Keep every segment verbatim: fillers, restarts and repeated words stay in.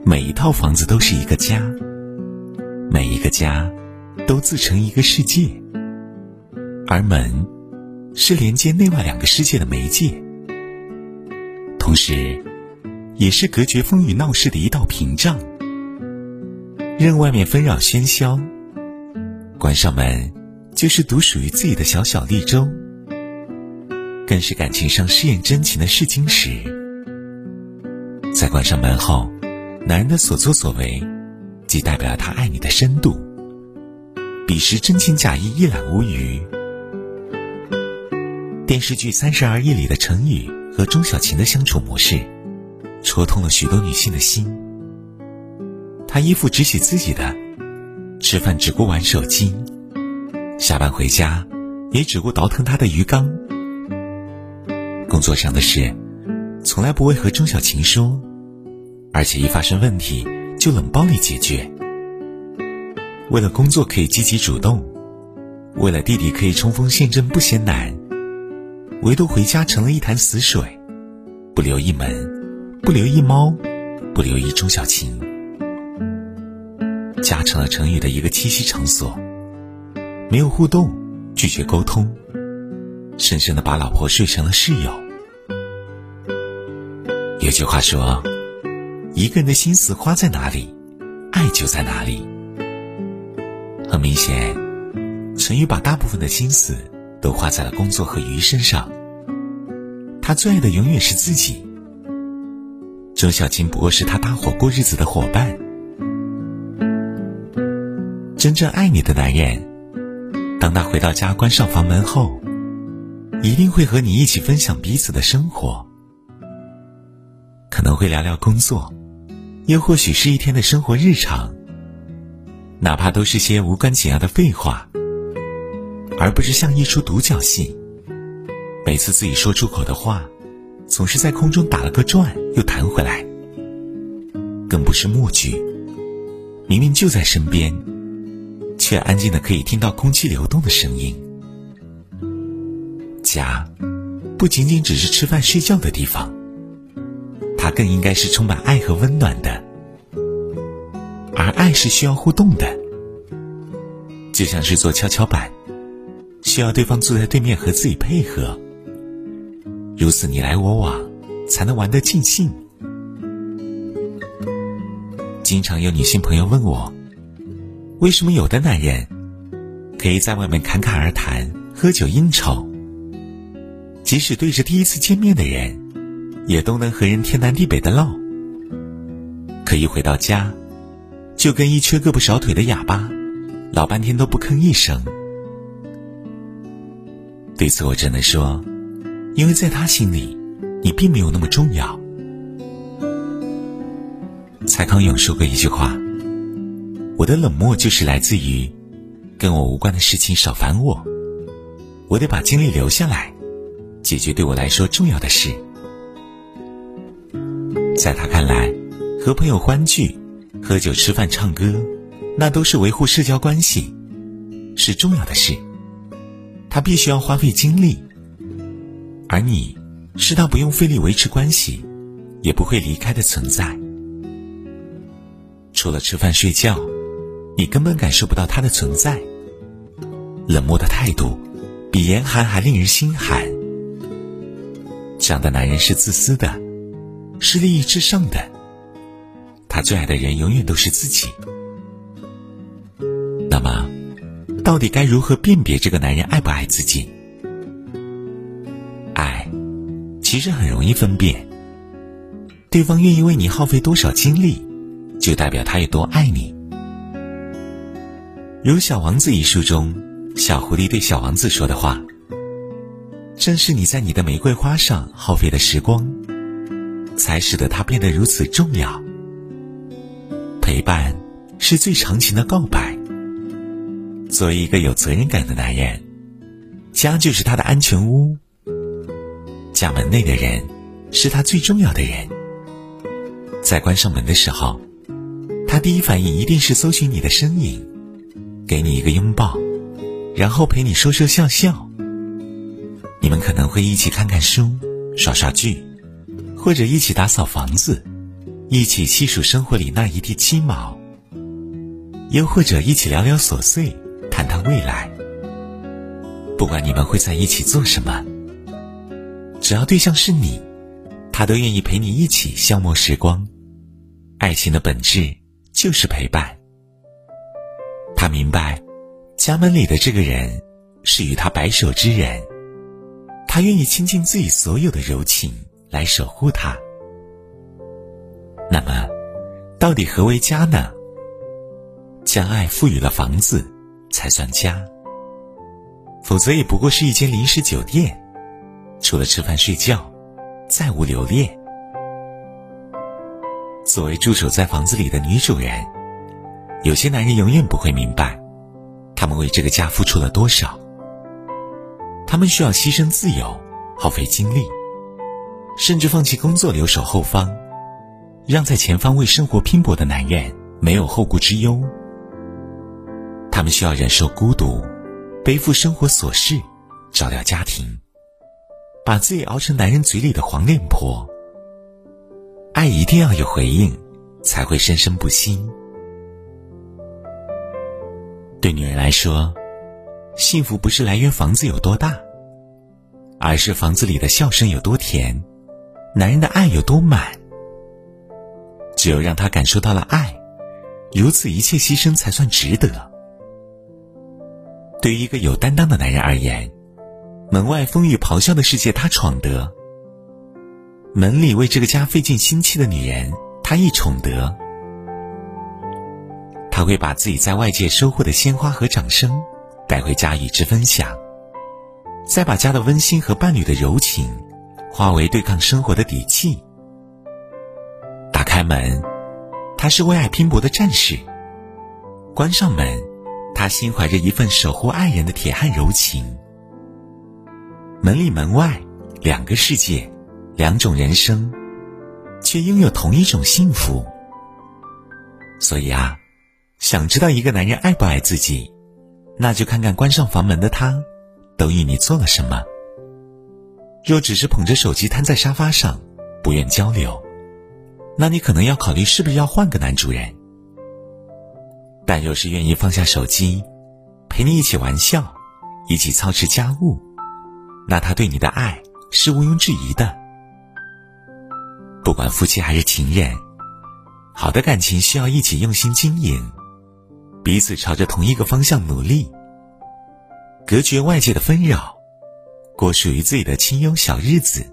每一套房子都是一个家，每一个家都自成一个世界，而门是连接内外两个世界的媒介，同时也是隔绝风雨闹市的一道屏障。任外面纷扰喧嚣，关上门就是独属于自己的小小绿洲，更是感情上试验真情的试金石。在关上门后，男人的所作所为既代表了他爱你的深度，彼时真情假意一览无余。电视剧《三十而已》里的程宇和钟小琴的相处模式戳痛了许多女性的心。他衣服只洗自己的，吃饭只顾玩手机，下班回家也只顾倒腾他的鱼缸。工作上的事从来不会和钟小琴说，而且一发生问题就冷暴力解决。为了工作可以积极主动，为了弟弟可以冲锋陷阵不嫌难，唯独回家成了一潭死水，不留一门，不留一猫，不留一钟小琴。家成了程宇的一个栖息场所，没有互动，拒绝沟通，深深地把老婆睡成了室友。有句话说，一个人的心思花在哪里，爱就在哪里。很明显，程宇把大部分的心思都花在了工作和鱼身上，他最爱的永远是自己。钟小琴不过是他搭伙过日子的伙伴。真正爱你的男人，当他回到家关上房门后，一定会和你一起分享彼此的生活，可能会聊聊工作，又或许是一天的生活日常，哪怕都是些无关紧要的废话，而不是像一出独角戏，每次自己说出口的话总是在空中打了个转又弹回来，更不是默剧，明明就在身边，却安静的可以听到空气流动的声音。家不仅仅只是吃饭睡觉的地方，它更应该是充满爱和温暖的，而爱是需要互动的，就像是坐跷跷板，需要对方坐在对面和自己配合，如此你来我往，才能玩得尽兴。经常有女性朋友问我，为什么有的男人可以在外面侃侃而谈，喝酒应酬，即使对着第一次见面的人也都能和人天南地北的唠，可一回到家就跟一缺胳膊少腿的哑巴，老半天都不吭一声。对此我只能说，因为在他心里你并没有那么重要。蔡康永说过一句话，我的冷漠就是来自于跟我无关的事情少烦我，我得把精力留下来解决对我来说重要的事。在他看来，和朋友欢聚，喝酒吃饭唱歌，那都是维护社交关系，是重要的事，他必须要花费精力，而你是他不用费力维持关系也不会离开的存在。除了吃饭睡觉，你根本感受不到他的存在。冷漠的态度比严寒还令人心寒。这样的男人是自私的，是利益至上的，他最爱的人永远都是自己。那么到底该如何辨别这个男人爱不爱自己？爱其实很容易分辨，对方愿意为你耗费多少精力，就代表他有多爱你。如《小王子》一书中，小狐狸对小王子说的话，正是你在你的玫瑰花上耗费的时光，才使得它变得如此重要。陪伴是最长情的告白。作为一个有责任感的男人，家就是他的安全屋，家门内的人是他最重要的人。在关上门的时候，他第一反应一定是搜寻你的身影，给你一个拥抱，然后陪你说说笑笑。你们可能会一起看看书，耍耍剧，或者一起打扫房子， 一起细数生活里那一地鸡毛，又或者一起聊聊琐碎，谈谈未来。不管你们会在一起做什么，只要对象是你，他都愿意陪你一起消磨时光。爱情的本质就是陪伴。他明白家门里的这个人是与他白首之人，他愿意倾尽自己所有的柔情来守护他。那么到底何为家呢？将爱赋予了房子才算家，否则也不过是一间临时酒店，除了吃饭睡觉再无留恋。作为驻守在房子里的女主人，有些男人永远不会明白他们为这个家付出了多少。他们需要牺牲自由，耗费精力，甚至放弃工作留守后方，让在前方为生活拼搏的男人没有后顾之忧。他们需要忍受孤独，背负生活琐事，照料家庭，把自己熬成男人嘴里的黄脸婆。爱一定要有回应，才会生生不息。对女人来说，幸福不是来源房子有多大，而是房子里的笑声有多甜，男人的爱有多满。只有让她感受到了爱，如此一切牺牲才算值得。对于一个有担当的男人而言，门外风雨咆哮的世界他闯得，门里为这个家费尽心气的女人他亦宠得。他会把自己在外界收获的鲜花和掌声带回家与之分享，再把家的温馨和伴侣的柔情化为对抗生活的底气。打开门，他是为爱拼搏的战士；关上门，他心怀着一份守护爱人的铁汉柔情。门里门外，两个世界，两种人生，却拥有同一种幸福。所以啊，想知道一个男人爱不爱自己，那就看看关上房门的他都与你做了什么。若只是捧着手机瘫在沙发上，不愿交流，那你可能要考虑是不是要换个男主人。但若是愿意放下手机，陪你一起玩笑，一起操持家务，那他对你的爱是毋庸置疑的。不管夫妻还是情人，好的感情需要一起用心经营，彼此朝着同一个方向努力，隔绝外界的纷扰，过属于自己的清幽小日子。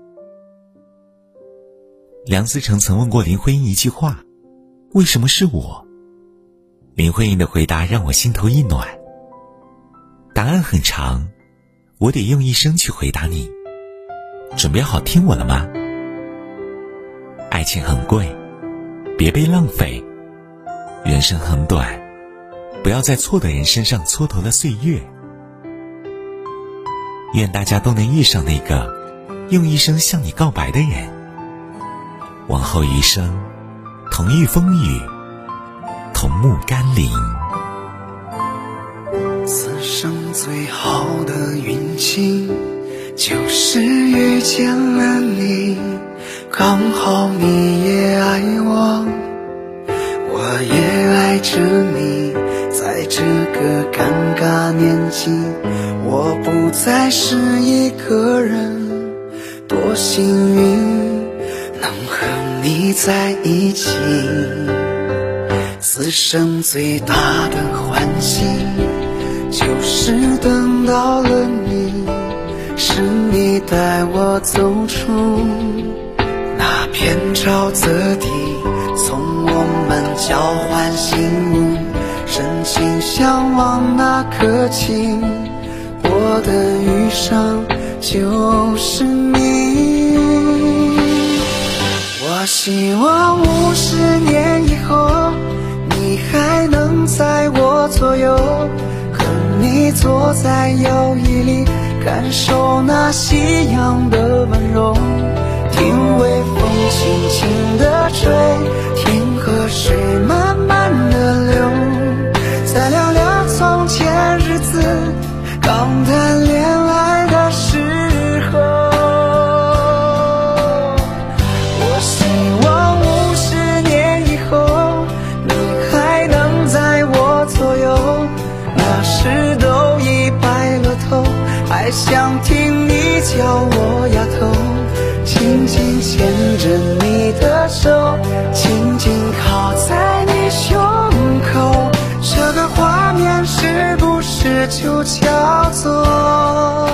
梁思成曾问过林徽因一句话：为什么是我？林徽因的回答让我心头一暖。答案很长，我得用一生去回答你。准备好听我了吗？爱情很贵，别被浪费。人生很短，不要在错的人身上蹉跎了岁月。愿大家都能遇上那个用一生向你告白的人，往后余生同遇风雨，同沐甘霖。 此生最好的运气，就是遇见了你，刚好你也爱我，我也爱着你。在这个尴尬年纪，我不再是一个人，多幸运能和你在一起。此生最大的欢喜，就是等到了你，是你带我走出那片沼泽地，从我们交换信物，深情相望那刻起，我的余生就是你。我希望五十年以后，你还能在我左右，和你坐在摇椅里，感受那夕阳的温柔，听微风轻轻地吹，听河水慢慢地流，再聊聊从前日子，刚谈恋爱的时候。我希望五十年还想听你叫我丫头，紧紧牵着你的手，紧紧靠在你胸口，这个画面是不是就叫做